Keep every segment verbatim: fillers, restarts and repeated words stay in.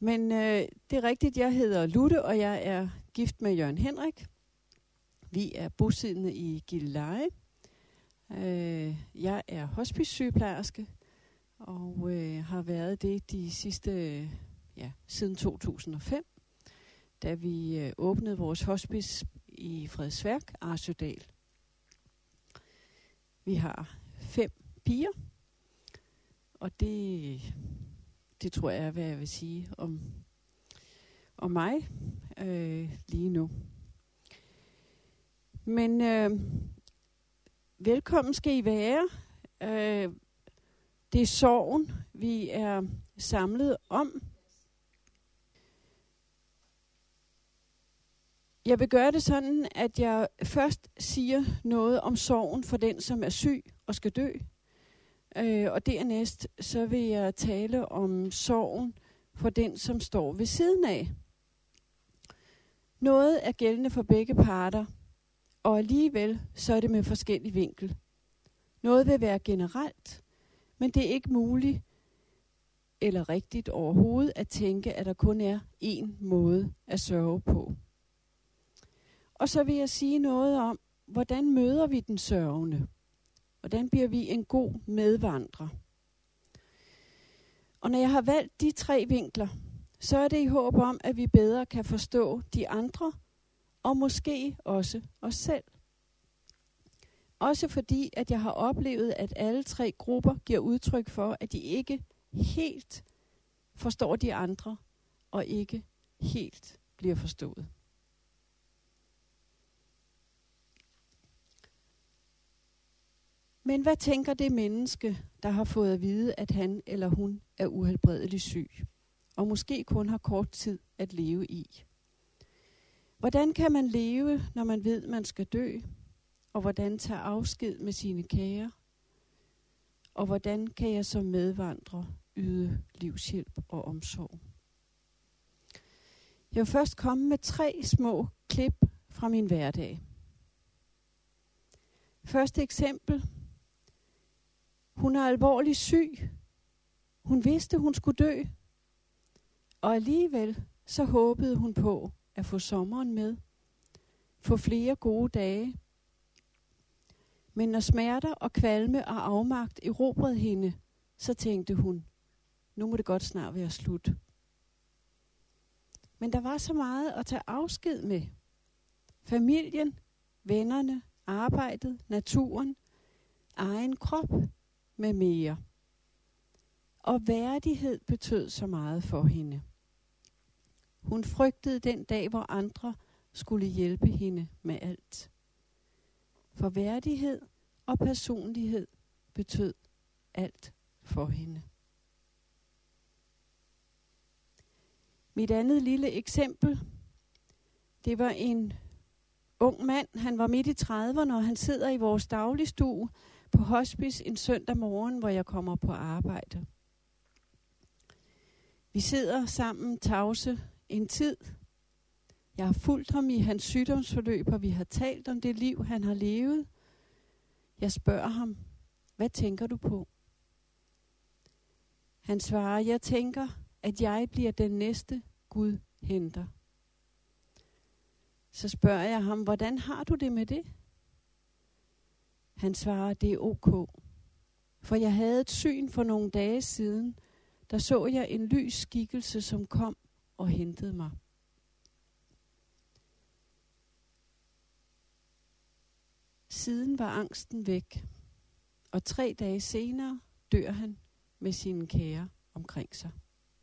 Men øh, det er rigtigt, jeg hedder Lutte, og jeg er gift med Jørgen Henrik. Vi er bosiddende i Gilleleje. Øh, jeg er hospicesygeplejerske, og øh, har været det de sidste, ja, siden to tusind og fem, da vi øh, åbnede vores hospice i Frederiksværk, Arsødal. Vi har fem piger, og det, det tror jeg er, hvad jeg vil sige om, om mig øh, lige nu. Men øh, velkommen skal I være. Øh, det er sorgen, vi er samlet om. Jeg vil gøre det sådan, at jeg først siger noget om sorgen for den, som er syg og skal dø. Øh, og dernæst så vil jeg tale om sorgen for den, som står ved siden af. Noget er gældende for begge parter, og alligevel så er det med forskellig vinkel. Noget vil være generelt, men det er ikke muligt eller rigtigt overhovedet at tænke, at der kun er én måde at sørge på. Og så vil jeg sige noget om, hvordan møder vi den sørgende? Hvordan bliver vi en god medvandrer? Og når jeg har valgt de tre vinkler, så er det i håb om, at vi bedre kan forstå de andre, og måske også os selv. Også fordi, at jeg har oplevet, at alle tre grupper giver udtryk for, at de ikke helt forstår de andre, og ikke helt bliver forstået. Men hvad tænker det menneske, der har fået at vide, at han eller hun er uhelbredelig syg, og måske kun har kort tid at leve i? Hvordan kan man leve, når man ved, at man skal dø? Og hvordan tage afsked med sine kære? Og hvordan kan jeg som medvandrer yde livshjælp og omsorg? Jeg vil først komme med tre små klip fra min hverdag. Første eksempel. Hun er alvorligt syg. Hun vidste, hun skulle dø. Og alligevel så håbede hun på at få sommeren med. Få flere gode dage. Men når smerter og kvalme og afmagt erobrede hende, så tænkte hun, nu må det godt snart være slut. Men der var så meget at tage afsked med. Familien, vennerne, arbejdet, naturen, egen krop med mere. Og værdighed betød så meget for hende. Hun frygtede den dag, hvor andre skulle hjælpe hende med alt. For værdighed og personlighed betød alt for hende. Mit andet lille eksempel, det var en ung mand. Han var midt i trediverne, og han sidder i vores dagligstue på hospice en søndag morgen, hvor jeg kommer på arbejde. Vi sidder sammen tavse en tid. Jeg har fulgt ham i hans sygdomsforløb, og vi har talt om det liv, han har levet. Jeg spørger ham, hvad tænker du på? Han svarer, jeg tænker, at jeg bliver den næste Gud henter. Så spørger jeg ham, hvordan har du det med det? Han svarer, det er ok. For jeg havde et syn for nogle dage siden, der så jeg en lys skikkelse, som kom og hentede mig. Siden var angsten væk, og tre dage senere dør han med sine kære omkring sig.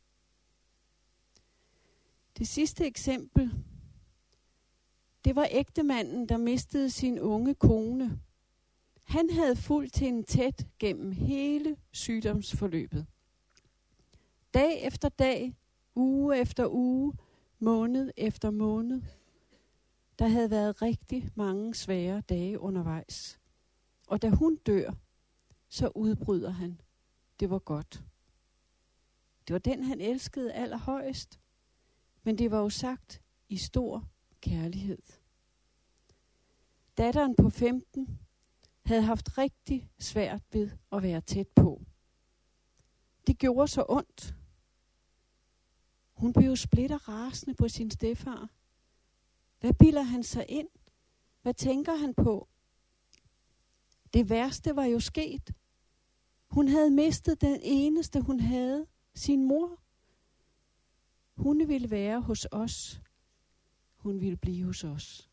Det sidste eksempel, det var ægtemanden, der mistede sin unge kone. Han havde fulgt hende tæt gennem hele sygdomsforløbet. Dag efter dag, uge efter uge, måned efter måned. Der havde været rigtig mange svære dage undervejs. Og da hun dør, så udbryder han. Det var godt. Det var den, han elskede allerhøjest. Men det var jo sagt i stor kærlighed. Datteren på femten havde haft rigtig svært ved at være tæt på. Det gjorde så ondt. Hun blev splitter rasende på sin stedfar. Hvad bilder han sig ind? Hvad tænker han på? Det værste var jo sket. Hun havde mistet den eneste, hun havde, sin mor. Hun ville være hos os. Hun ville blive hos os.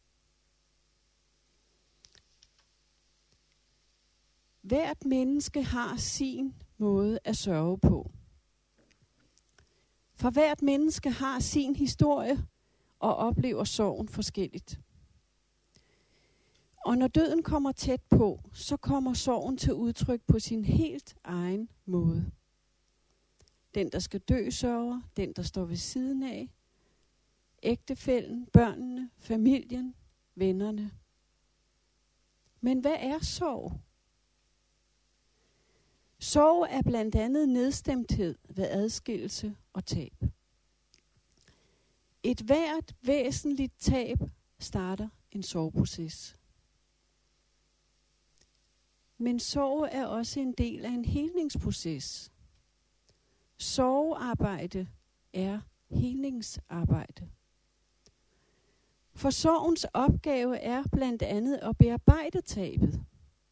Hvert menneske har sin måde at sørge på. For hvert menneske har sin historie og oplever sorgen forskelligt. Og når døden kommer tæt på, så kommer sorgen til udtryk på sin helt egen måde. Den, der skal dø, sørger. Den, der står ved siden af. Ægtefællen, børnene, familien, vennerne. Men hvad er sorg? Sorg er blandt andet nedstemthed ved adskillelse og tab. Et hvert væsentligt tab starter en sorgproces. Men sorg er også en del af en helningsproces. Sorgarbejde er helingsarbejde. For sorgens opgave er blandt andet at bearbejde tabet.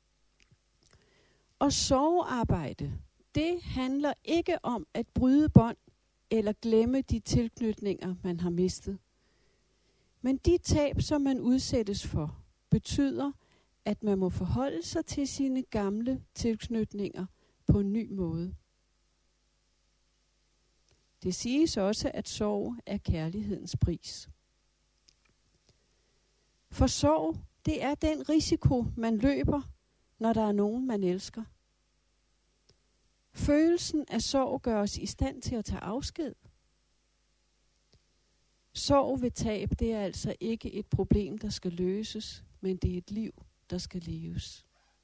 Og sorgarbejde, det handler ikke om at bryde bånd eller glemme de tilknytninger, man har mistet. Men de tab, som man udsættes for, betyder, at man må forholde sig til sine gamle tilknytninger på en ny måde. Det siges også, at sorg er kærlighedens pris. For sorg, det er den risiko, man løber, når der er nogen, man elsker. Følelsen af sorg gør os i stand til at tage afsked. Sorg ved tab, det er altså ikke et problem, der skal løses, men det er et liv, der skal leves.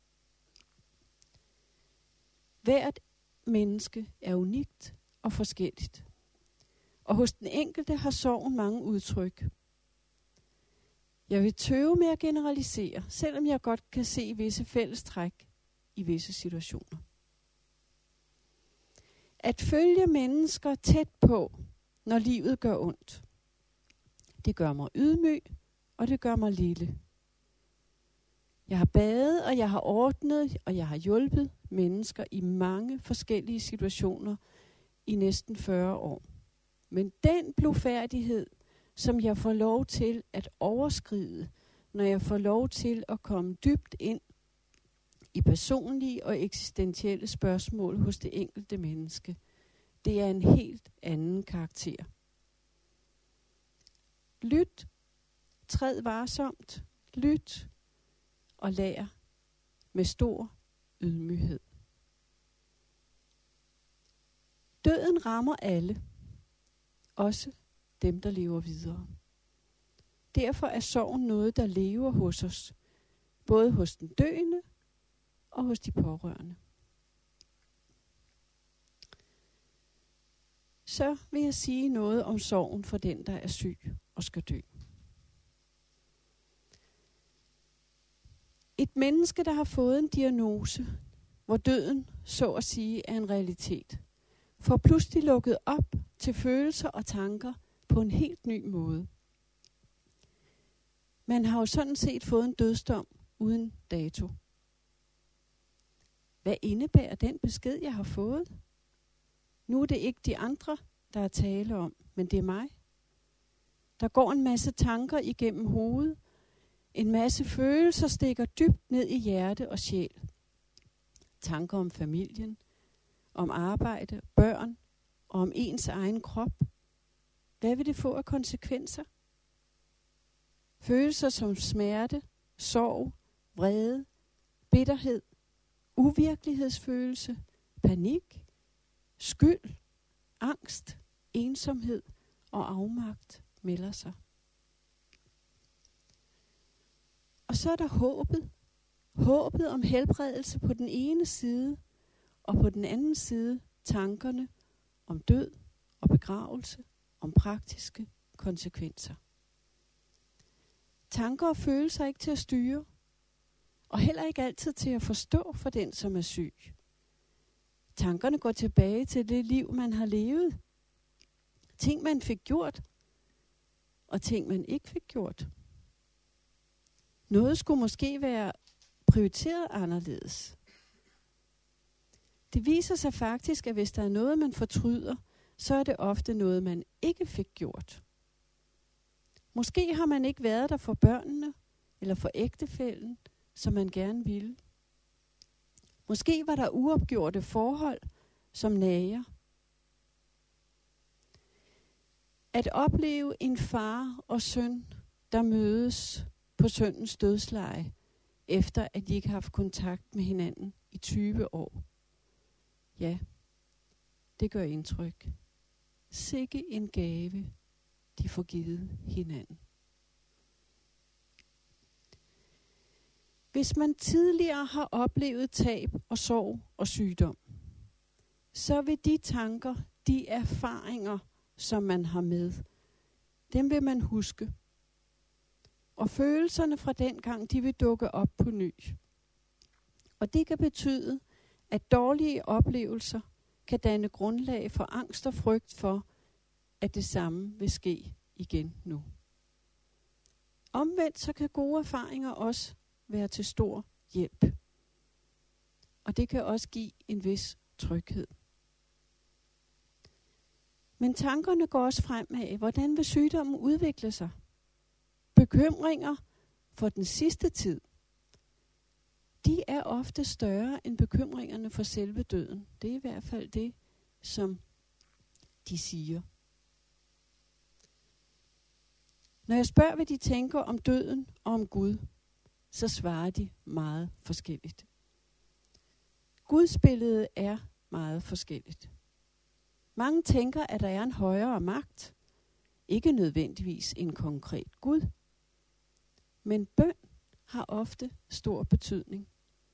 Hvert menneske er unikt og forskelligt. Og hos den enkelte har sorgen mange udtryk. Jeg vil tøve med at generalisere, selvom jeg godt kan se visse fællestræk i visse situationer. At følge mennesker tæt på, når livet gør ondt, det gør mig ydmyg, og det gør mig lille. Jeg har badet, og jeg har ordnet, og jeg har hjulpet mennesker i mange forskellige situationer i næsten fyrre år. Men den blufærdighed, som jeg får lov til at overskride, når jeg får lov til at komme dybt ind i personlige og eksistentielle spørgsmål hos det enkelte menneske, det er en helt anden karakter. Lyt, træd varsomt, lyt og lær med stor ydmyghed. Døden rammer alle, også dem, der lever videre. Derfor er sorgen noget, der lever hos os, både hos den døende og hos de pårørende. Så vil jeg sige noget om sorgen for den, der er syg og skal dø. Et menneske, der har fået en diagnose, hvor døden, så at sige, er en realitet, får pludselig lukket op til følelser og tanker på en helt ny måde. Man har jo sådan set fået en dødsdom uden dato. Hvad indebærer den besked, jeg har fået? Nu er det ikke de andre, der er tale om, men det er mig. Der går en masse tanker igennem hovedet. En masse følelser stikker dybt ned i hjerte og sjæl. Tanker om familien, om arbejde, børn og om ens egen krop. Hvad vil det få af konsekvenser? Følelser som smerte, sorg, vrede, bitterhed, uvirkelighedsfølelse, panik, skyld, angst, ensomhed og afmagt melder sig. Og så er der håbet. Håbet om helbredelse på den ene side, og på den anden side tankerne om død og begravelse, om praktiske konsekvenser. Tanker og følelser er ikke til at styre, og heller ikke altid til at forstå for den, som er syg. Tankerne går tilbage til det liv, man har levet. ting man fik gjort, og ting man ikke fik gjort. Noget skulle måske være prioriteret anderledes. Det viser sig faktisk, at hvis der er noget, man fortryder, så er det ofte noget, man ikke fik gjort. Måske har man ikke været der for børnene, eller for ægtefællen, som man gerne ville. Måske var der uopgjorte forhold, som nager. At opleve en far og søn, der mødes på sønnens dødsleje, efter at de ikke har haft kontakt med hinanden i tyve år. Ja, det gør indtryk. Sikke en gave, de får givet hinanden. Hvis man tidligere har oplevet tab og sorg og sygdom, så vil de tanker, de erfaringer, som man har med, dem vil man huske. Og følelserne fra dengang, de vil dukke op på ny. Og det kan betyde, at dårlige oplevelser kan danne grundlag for angst og frygt for, at det samme vil ske igen nu. Omvendt så kan gode erfaringer også være til stor hjælp. Og det kan også give en vis tryghed. Men tankerne går også fremad. Hvordan vil sygdommen udvikle sig? Bekymringer for den sidste tid, de er ofte større end bekymringerne for selve døden. Det er i hvert fald det, som de siger. Når jeg spørger, hvad de tænker om døden og om Gud, så svarer de meget forskelligt. Guds billede er meget forskelligt. Mange tænker, at der er en højere magt, ikke nødvendigvis en konkret Gud, men bøn har ofte stor betydning.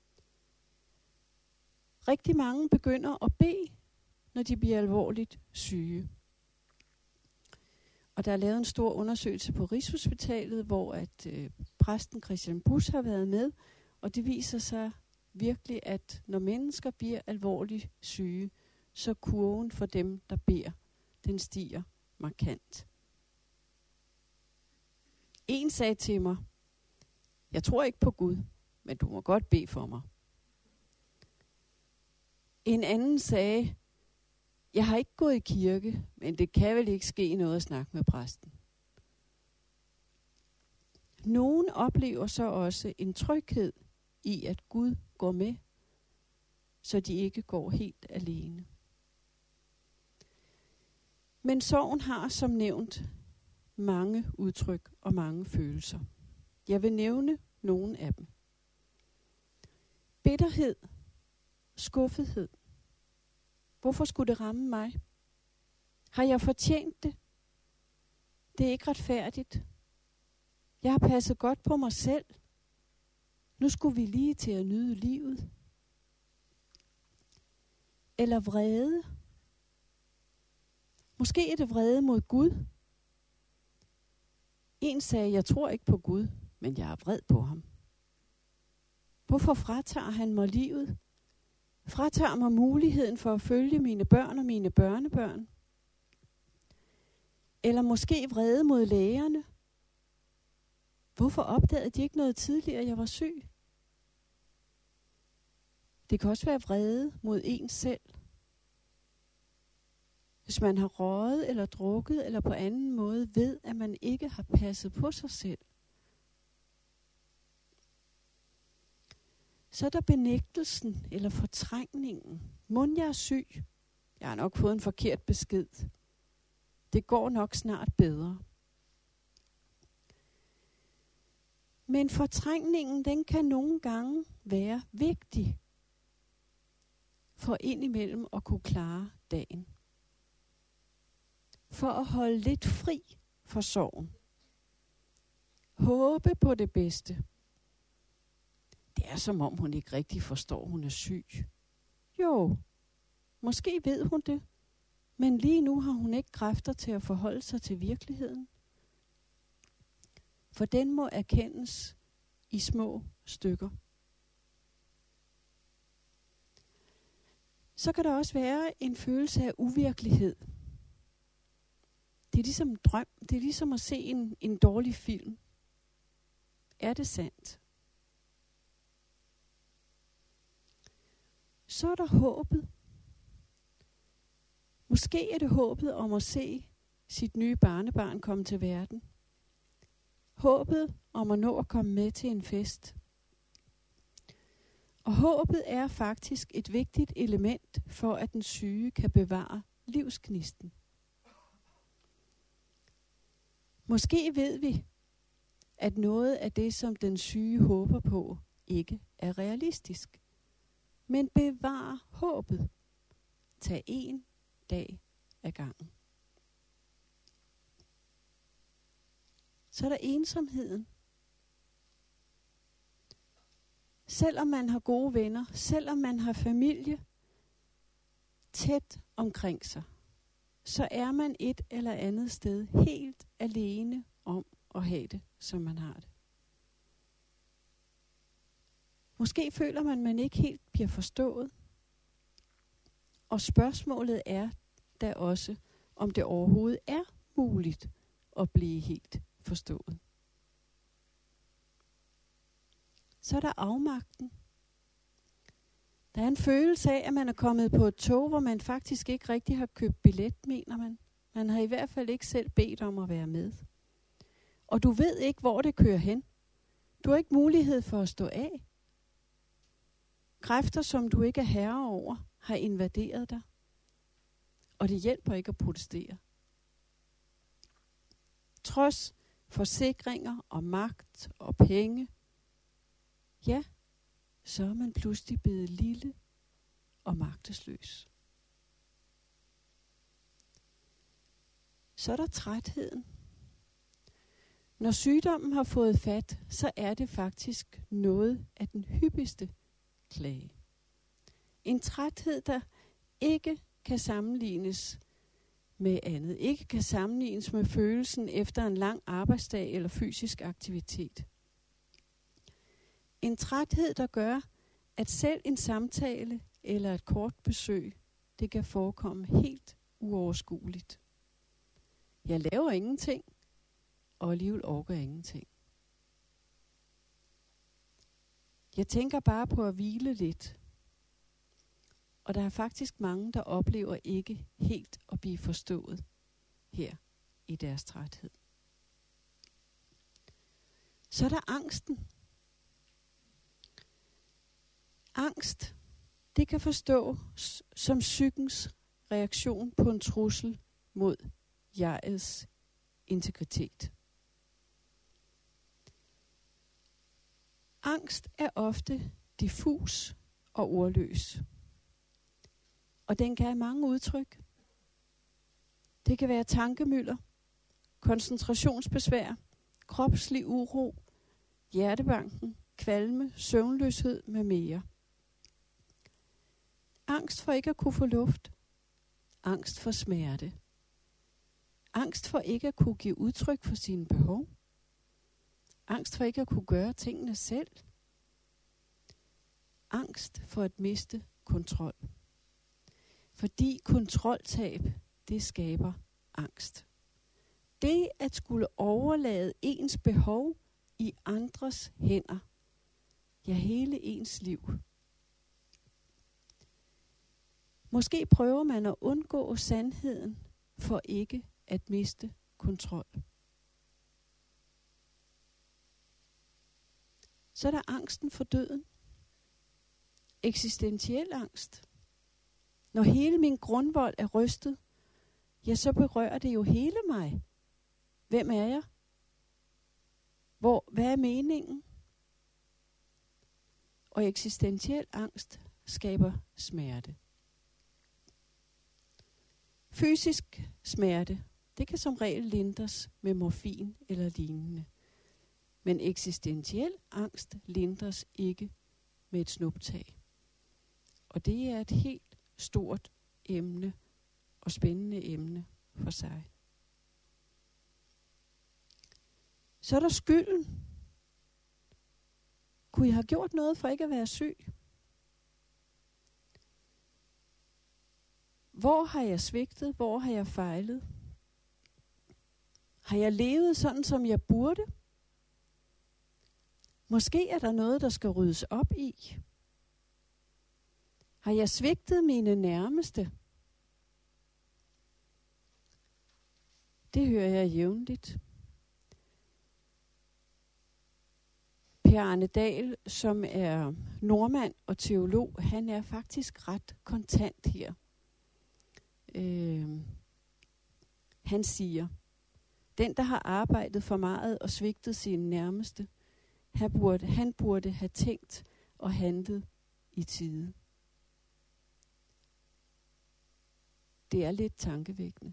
Rigtig mange begynder at bede, når de bliver alvorligt syge. Og der er lavet en stor undersøgelse på Rigshospitalet, hvor at øh, præsten Christian Busch har været med, og det viser sig virkelig, at når mennesker bliver alvorligt syge, så kurven for dem, der beder, den stiger markant. En sagde til mig, jeg tror ikke på Gud, men du må godt bede for mig. En anden sagde, jeg har ikke gået i kirke, men det kan vel ikke ske noget at snakke med præsten. Nogen oplever så også en tryghed i, at Gud går med, så de ikke går helt alene. Men sorgen har som nævnt mange udtryk og mange følelser. Jeg vil nævne nogle af dem. Bitterhed, skuffethed. Hvorfor skulle det ramme mig? Har jeg fortjent det? Det er ikke retfærdigt. Jeg har passet godt på mig selv. Nu skulle vi lige til at nyde livet. Eller vrede. Måske er det vrede mod Gud. En sagde, jeg tror ikke på Gud, men jeg er vred på ham. Hvorfor fratager han mig livet? Fratager mig muligheden for at følge mine børn og mine børnebørn? Eller måske vrede mod lægerne? Hvorfor opdagede de ikke noget tidligere, jeg var syg? Det kan også være vrede mod en selv. Hvis man har røget eller drukket eller på anden måde ved, at man ikke har passet på sig selv. Så er der benægtelsen eller fortrængningen. Mon jeg er syg? Jeg har nok fået en forkert besked. Det går nok snart bedre. Men fortrængningen, den kan nogle gange være vigtig for indimellem at kunne klare dagen. For at holde lidt fri for sorgen. Håbe på det bedste. Det er som om hun ikke rigtig forstår, hun er syg. Jo, måske ved hun det, men lige nu har hun ikke kræfter til at forholde sig til virkeligheden. For den må erkendes i små stykker. Så kan der også være en følelse af uvirkelighed. Det er ligesom en drøm. Det er ligesom at se en, en dårlig film. Er det sandt? Så er der håbet. Måske er det håbet om at se sit nye barnebarn komme til verden. Håbet om at nå at komme med til en fest. Og håbet er faktisk et vigtigt element for, at den syge kan bevare livsgnisten. Måske ved vi, at noget af det, som den syge håber på, ikke er realistisk. Men bevar håbet. Tag en dag ad gangen. Så er der ensomheden. Selvom man har gode venner, selvom man har familie tæt omkring sig, så er man et eller andet sted helt alene om at have det, som man har det. Måske føler man, at man ikke helt bliver forstået. Og spørgsmålet er da også, om det overhovedet er muligt at blive helt forstået. Så er der afmagten. Der er en følelse af, at man er kommet på et tog, hvor man faktisk ikke rigtig har købt billet, mener man. Man har i hvert fald ikke selv bedt om at være med. Og du ved ikke, hvor det kører hen. Du har ikke mulighed for at stå af. Kræfter, som du ikke er herre over, har invaderet dig. Og det hjælper ikke at protestere. Trods forsikringer og magt og penge, ja, så er man pludselig blevet lille og magtesløs. Så er der trætheden. Når sygdommen har fået fat, så er det faktisk noget af den hyppigste klage. En træthed, der ikke kan sammenlignes med andet. Ikke kan sammenlignes med følelsen efter en lang arbejdsdag eller fysisk aktivitet. En træthed, der gør, at selv en samtale eller et kort besøg, det kan forekomme helt uoverskueligt. Jeg laver ingenting, og alligevel orker jeg ingenting. Jeg tænker bare på at hvile lidt. Og der er faktisk mange, der oplever ikke helt at blive forstået her i deres træthed. Så er der angsten. Angst, det kan forstås som psykens reaktion på en trussel mod jegets integritet. Angst er ofte diffus og ordløs. Og den kan have mange udtryk. Det kan være tankemylder, koncentrationsbesvær, kropslig uro, hjertebanken, kvalme, søvnløshed med mere. Angst for ikke at kunne få luft. Angst for smerte. Angst for ikke at kunne give udtryk for sine behov. Angst for ikke at kunne gøre tingene selv. Angst for at miste kontrol. Fordi kontroltab, det skaber angst. Det at skulle overlade ens behov i andres hænder. Ja, hele ens liv. Måske prøver man at undgå sandheden for ikke at miste kontrol. Så er der angsten for døden. Eksistentiel angst. Når hele min grundvold er rystet, ja, så berører det jo hele mig. Hvem er jeg? Hvor, hvad er meningen? Og eksistentiel angst skaber smerte. Fysisk smerte, det kan som regel lindres med morfin eller lignende. Men eksistentiel angst lindres ikke med et snuptag. Og det er et helt stort emne og spændende emne for sig. Så er der skylden. Kunne jeg have gjort noget for ikke at være syg? Hvor har jeg svigtet? Hvor har jeg fejlet? Har jeg levet sådan, som jeg burde? Måske er der noget, der skal ryddes op i. Har jeg svigtet mine nærmeste? Det hører jeg jævnligt. Per Arne Dahl, som er nordmand og teolog, han er faktisk ret kontant her. Øh, han siger, den, der har arbejdet for meget og svigtet sine nærmeste, han burde, han burde have tænkt og handlet i tide. Det er lidt tankevækkende.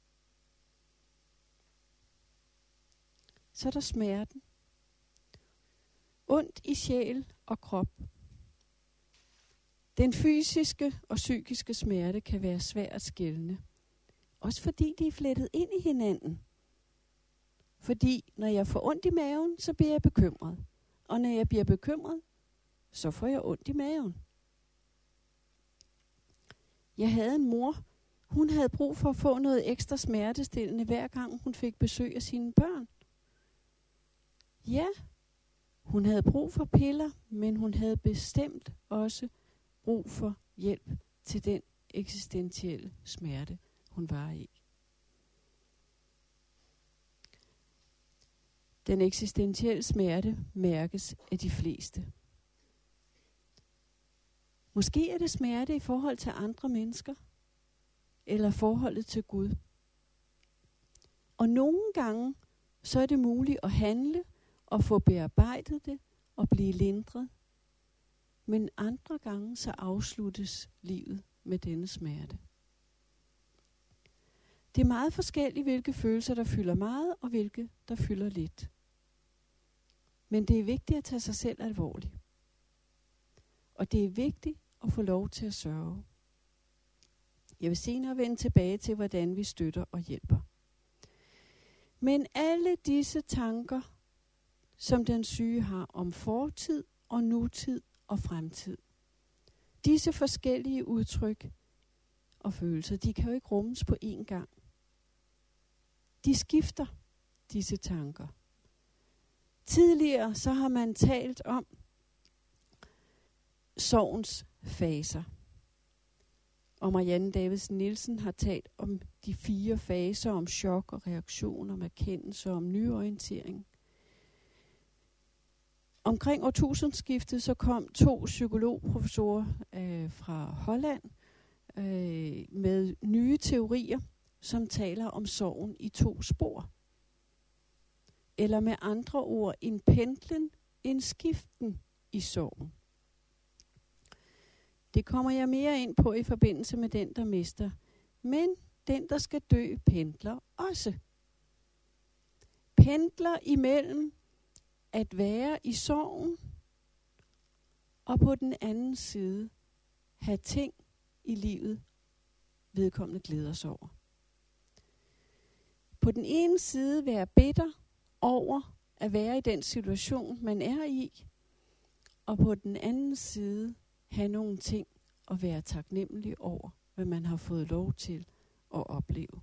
Så er der smerten. Ondt i sjæl og krop. Den fysiske og psykiske smerte kan være svær at skelne. Også fordi de er flettet ind i hinanden. Fordi når jeg får ondt i maven, så bliver jeg bekymret. Og når jeg bliver bekymret, så får jeg ondt i maven. Jeg havde en mor. Hun havde brug for at få noget ekstra smertestillende, hver gang hun fik besøg af sine børn. Ja, hun havde brug for piller, men hun havde bestemt også brug for hjælp til den eksistentielle smerte, hun var i. Den eksistentielle smerte mærkes af de fleste. Måske er det smerte i forhold til andre mennesker, eller forholdet til Gud. Og nogle gange, så er det muligt at handle og få bearbejdet det og blive lindret. Men andre gange, så afsluttes livet med denne smerte. Det er meget forskelligt, hvilke følelser, der fylder meget, og hvilke, der fylder lidt. Men det er vigtigt at tage sig selv alvorligt. Og det er vigtigt at få lov til at sørge. Jeg vil senere vende tilbage til, hvordan vi støtter og hjælper. Men alle disse tanker, som den syge har om fortid og nutid og fremtid, disse forskellige udtryk og følelser, de kan jo ikke rummes på én gang. De skifter, disse tanker. Tidligere så har man talt om sorgens faser. Og Marianne Davidsen Nielsen har talt om de fire faser, om chok og reaktion, om erkendelse og om nyorientering. Omkring årtusindskiftet så kom to psykologprofessorer øh, fra Holland øh, med nye teorier, som taler om sorgen i to spor. Eller med andre ord, en pendlen, en skiften i sorgen. Det kommer jeg mere ind på i forbindelse med den, der mister. Men den, der skal dø, pendler også. Pendler imellem at være i sorgen, og på den anden side have ting i livet, vedkommende glæder sig over. På den ene side være bitter over at være i den situation, man er i, og på den anden side have nogle ting at være taknemmelig over, hvad man har fået lov til at opleve.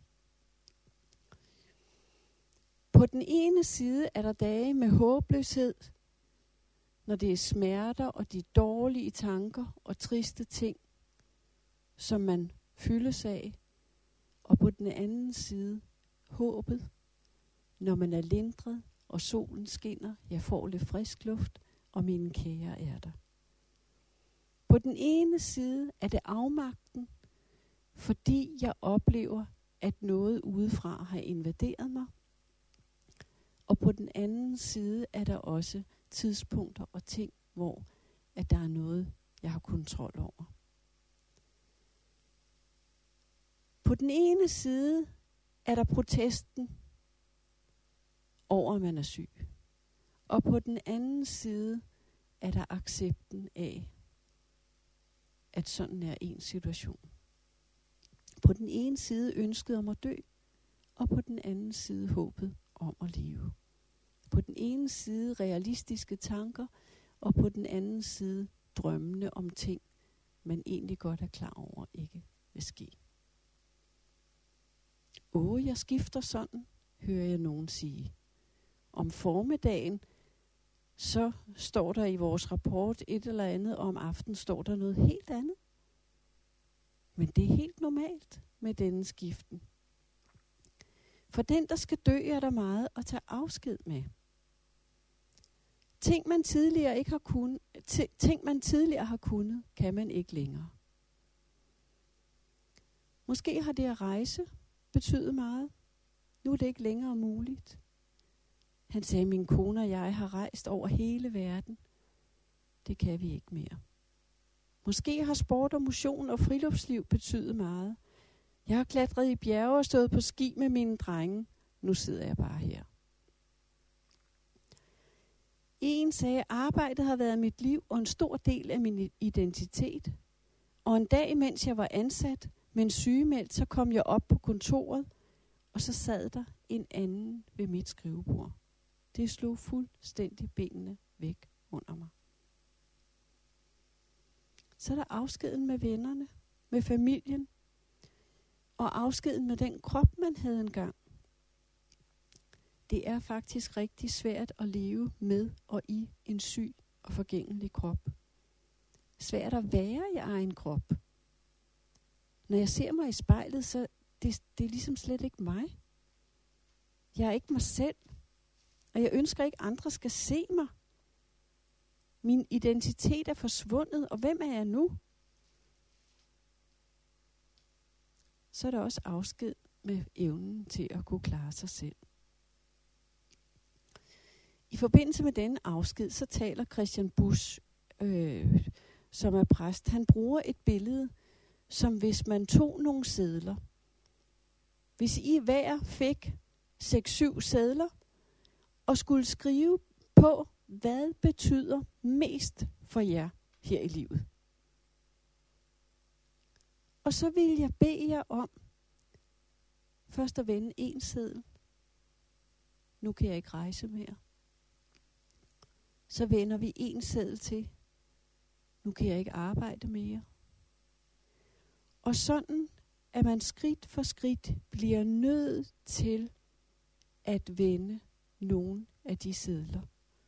På den ene side er der dage med håbløshed, når det er smerter og de dårlige tanker og triste ting, som man fyldes af. Og på den anden side håbet, når man er lindret og solen skinner, jeg får lidt frisk luft, og mine kære er der. På den ene side er det afmagten, fordi jeg oplever, at noget udefra har invaderet mig. Og på den anden side er der også tidspunkter og ting, hvor at der er noget, jeg har kontrol over. På den ene side er der protesten over, at man er syg. Og på den anden side er der accepten af, at sådan er en situation. På den ene side ønsket om at dø, og på den anden side håbet om at leve. På den ene side realistiske tanker, og på den anden side drømmene om ting, man egentlig godt er klar over ikke vil ske. Åh, jeg skifter sådan, hører jeg nogen sige. Om formiddagen, så står der i vores rapport et eller andet, og om aftenen står der noget helt andet. Men det er helt normalt med denne skiften. For den, der skal dø, er der meget at tage afsked med. Ting, man tidligere ikke har kunnet, t- ting, man tidligere har kunnet, kan man ikke længere. Måske har det at rejse betydet meget. Nu er det ikke længere muligt. Han sagde, min kone og jeg har rejst over hele verden. Det kan vi ikke mere. Måske har sport og motion og friluftsliv betydet meget. Jeg har klatret i bjerge og stået på ski med mine drenge. Nu sidder jeg bare her. En sagde, arbejdet har været mit liv og en stor del af min identitet. Og en dag, mens jeg var ansat med en sygemeldt, så kom jeg op på kontoret, og så sad der en anden ved mit skrivebord. Det slog fuldstændig benene væk under mig. Så er der afskeden med vennerne, med familien, og afskeden med den krop, man havde engang. Det er faktisk rigtig svært at leve med og i en syg og forgængelig krop. Svært at være i egen krop. Når jeg ser mig i spejlet, så det, det er ligesom slet ikke mig. Jeg er ikke mig selv, og jeg ønsker ikke, at andre skal se mig. Min identitet er forsvundet, og hvem er jeg nu? Så er der også afsked med evnen til at kunne klare sig selv. I forbindelse med denne afsked, så taler Christian Busch, øh, som er præst. Han bruger et billede, som hvis man tog nogle sedler. Hvis I hver fik seks syv sedler, og skulle skrive på, hvad betyder mest for jer her i livet. Og så vil jeg bede jer om først at vende en seddel. Nu kan jeg ikke rejse mere. Så vender vi en seddel til. Nu kan jeg ikke arbejde mere. Og sådan, at man skridt for skridt bliver nødt til at vende nogle af de sedler.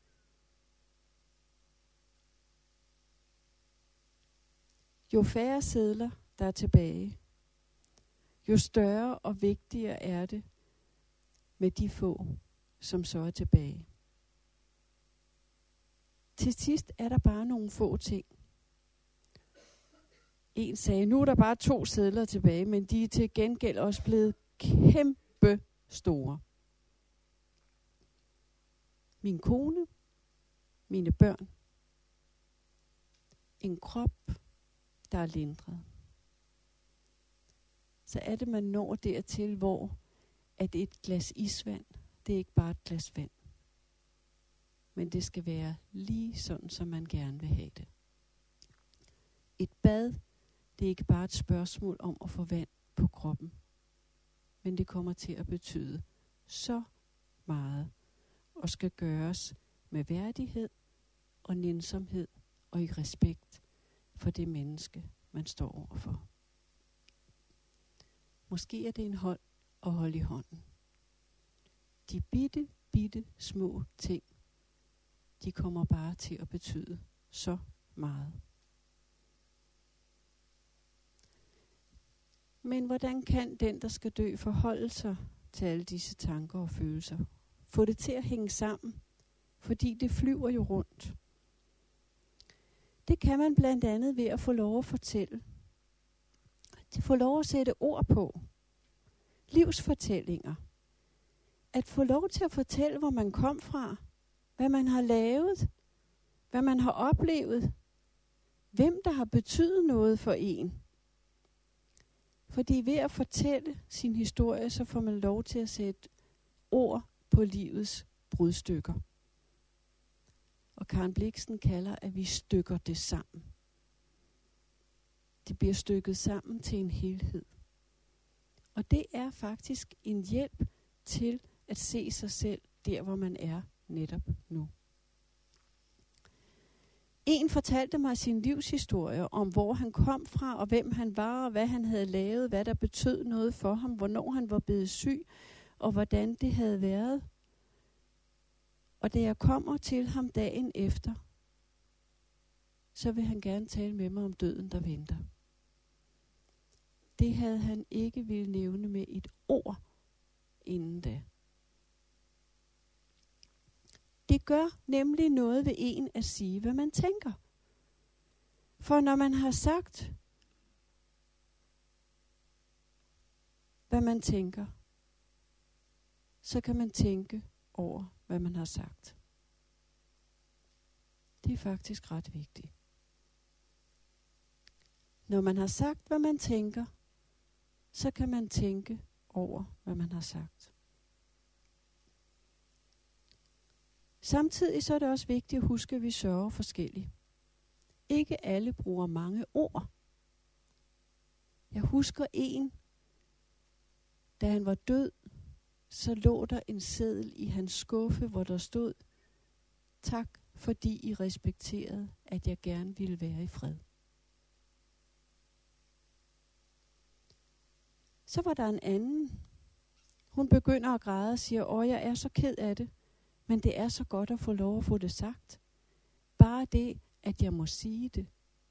Jo færre sedler, der er tilbage, jo større og vigtigere er det med de få, som så er tilbage. Til sidst er der bare nogle få ting. En sagde, nu er der bare to sedler tilbage, men de er til gengæld også blevet kæmpe store. Min kone, mine børn, en krop, der er lindret. Så er det, man når dertil, hvor at et glas isvand, det er ikke bare et glas vand. Men det skal være lige sådan, som man gerne vil have det. Et bad, det er ikke bare et spørgsmål om at få vand på kroppen. Men det kommer til at betyde så meget, og skal gøres med værdighed og nænsomhed og i respekt for det menneske, man står overfor. Måske er det en hånd at holde i hånden. De bitte, bitte små ting, de kommer bare til at betyde så meget. Men hvordan kan den, der skal dø, forholde sig til alle disse tanker og følelser? Få det til at hænge sammen, fordi det flyver jo rundt. Det kan man blandt andet ved at få lov at fortælle. At få lov at sætte ord på. Livsfortællinger. At få lov til at fortælle, hvor man kom fra. Hvad man har lavet. Hvad man har oplevet. Hvem der har betydet noget for en. Fordi ved at fortælle sin historie, så får man lov til at sætte ord på livets brudstykker. Og Karen Blixen kalder, at vi stykker det sammen. Det bliver stykket sammen til en helhed. Og det er faktisk en hjælp til at se sig selv der, hvor man er netop nu. En fortalte mig sin livshistorie om, hvor han kom fra, og hvem han var, og hvad han havde lavet, hvad der betød noget for ham, hvornår han var blevet syg. og hvordan det havde været. Og da jeg kommer til ham dagen efter, så vil han gerne tale med mig om døden, der venter. Det havde han ikke ville nævne med et ord inden da. Det gør nemlig noget ved en at sige, hvad man tænker. For når man har sagt, hvad man tænker, så kan man tænke over, hvad man har sagt. Det er faktisk ret vigtigt. Når man har sagt, hvad man tænker, så kan man tænke over, hvad man har sagt. Samtidig så er det også vigtigt at huske, at vi sørger forskelligt. Ikke alle bruger mange ord. Jeg husker en, da han var død, så lå der en seddel i hans skuffe, hvor der stod, tak fordi I respekterede, at jeg gerne ville være i fred. Så var der en anden. Hun begynder at græde og siger, åh, jeg er så ked af det, men det er så godt at få lov at få det sagt. Bare det, at jeg må sige det.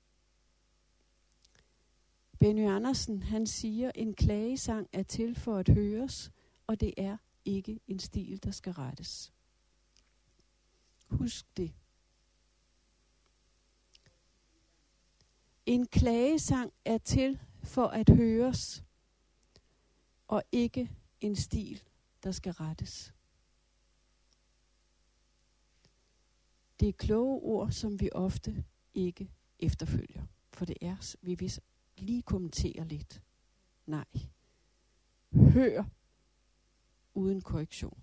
Benny Andersen, han siger, en klagesang er til for at høres, og det er ikke en stil, der skal rettes. Husk det. En klagesang er til for at høres, og ikke en stil, der skal rettes. Det er kloge ord, som vi ofte ikke efterfølger. For det er, vi vil lige kommentere lidt. Nej. Hør uden korrektion.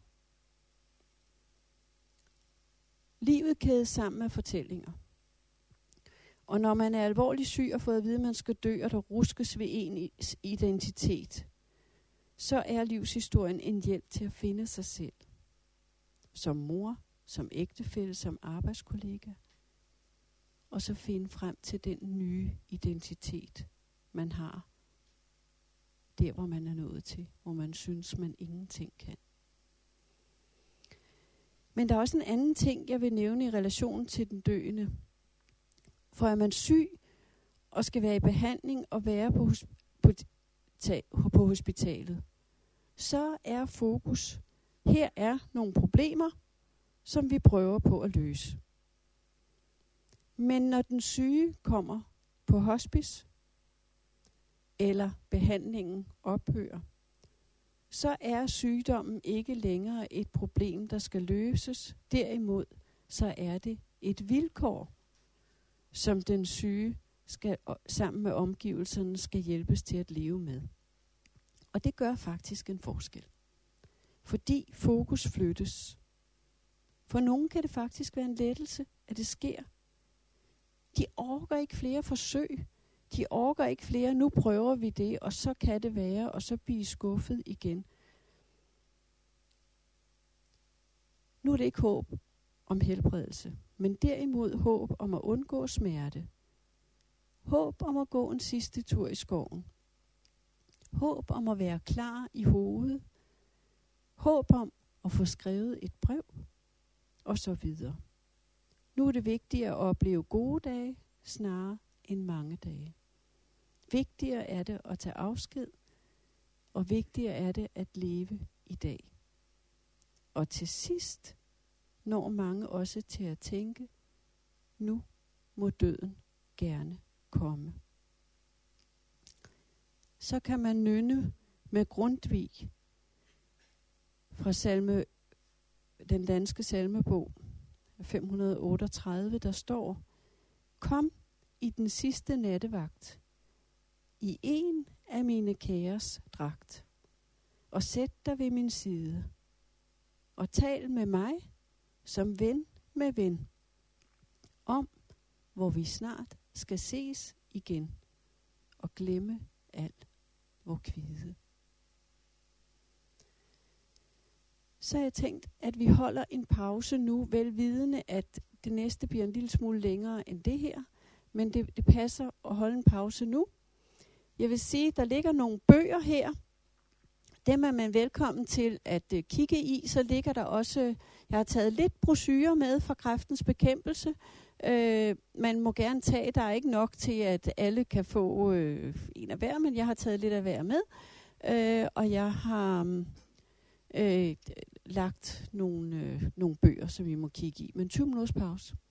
Livet kædes sammen med fortællinger. Og når man er alvorligt syg og fået at vide, at man skal dø, og der ruskes ved ens identitet, så er livshistorien en hjælp til at finde sig selv. Som mor, som ægtefælle, som arbejdskollega. Og så finde frem til den nye identitet, man har. Der, hvor man er nået til, hvor man synes, man ingenting kan. Men der er også en anden ting, jeg vil nævne i relation til den døende. For er man syg og skal være i behandling og være på, hosp- på hospitalet, så er fokus, her er nogle problemer, som vi prøver på at løse. Men når den syge kommer på hospice, eller behandlingen ophører, så er sygdommen ikke længere et problem, der skal løses. Derimod så er det et vilkår, som den syge skal, sammen med omgivelserne skal hjælpes til at leve med. Og det gør faktisk en forskel. Fordi fokus flyttes. For nogen kan det faktisk være en lettelse, at det sker. De orker ikke flere forsøg. De orker ikke flere, nu prøver vi det, og så kan det være, og så blive skuffet igen. Nu er det ikke håb om helbredelse, men derimod håb om at undgå smerte. Håb om at gå en sidste tur i skoven. Håb om at være klar i hovedet. Håb om at få skrevet et brev, og så videre. Nu er det vigtigere at opleve gode dage, snarere end mange dage. Vigtigere er det at tage afsked, og vigtigere er det at leve i dag. Og til sidst når mange også til at tænke, nu må døden gerne komme. Så kan man nynne med Grundtvig fra salme, den danske salmebog fem hundrede otteogtredive, der står, kom i den sidste nattevagt, i en af mine kæres dragt, og sæt dig ved min side, og tal med mig som ven med ven, om hvor vi snart skal ses igen, og glemme alt vor kvide. Så har jeg tænkt, at vi holder en pause nu, velvidende, at det næste bliver en lille smule længere end det her, men det, det passer at holde en pause nu. Jeg vil sige, at der ligger nogle bøger her dem er man velkommen til at øh, kigge i. Så ligger der også, øh, jeg har taget lidt brochurer med fra Kræftens Bekæmpelse. Øh, man må gerne tage, der er ikke nok til, at alle kan få øh, en af hver, men jeg har taget lidt af hver med. Øh, og jeg har øh, lagt nogle, øh, nogle bøger, som vi må kigge i. Men tyve minutters pause.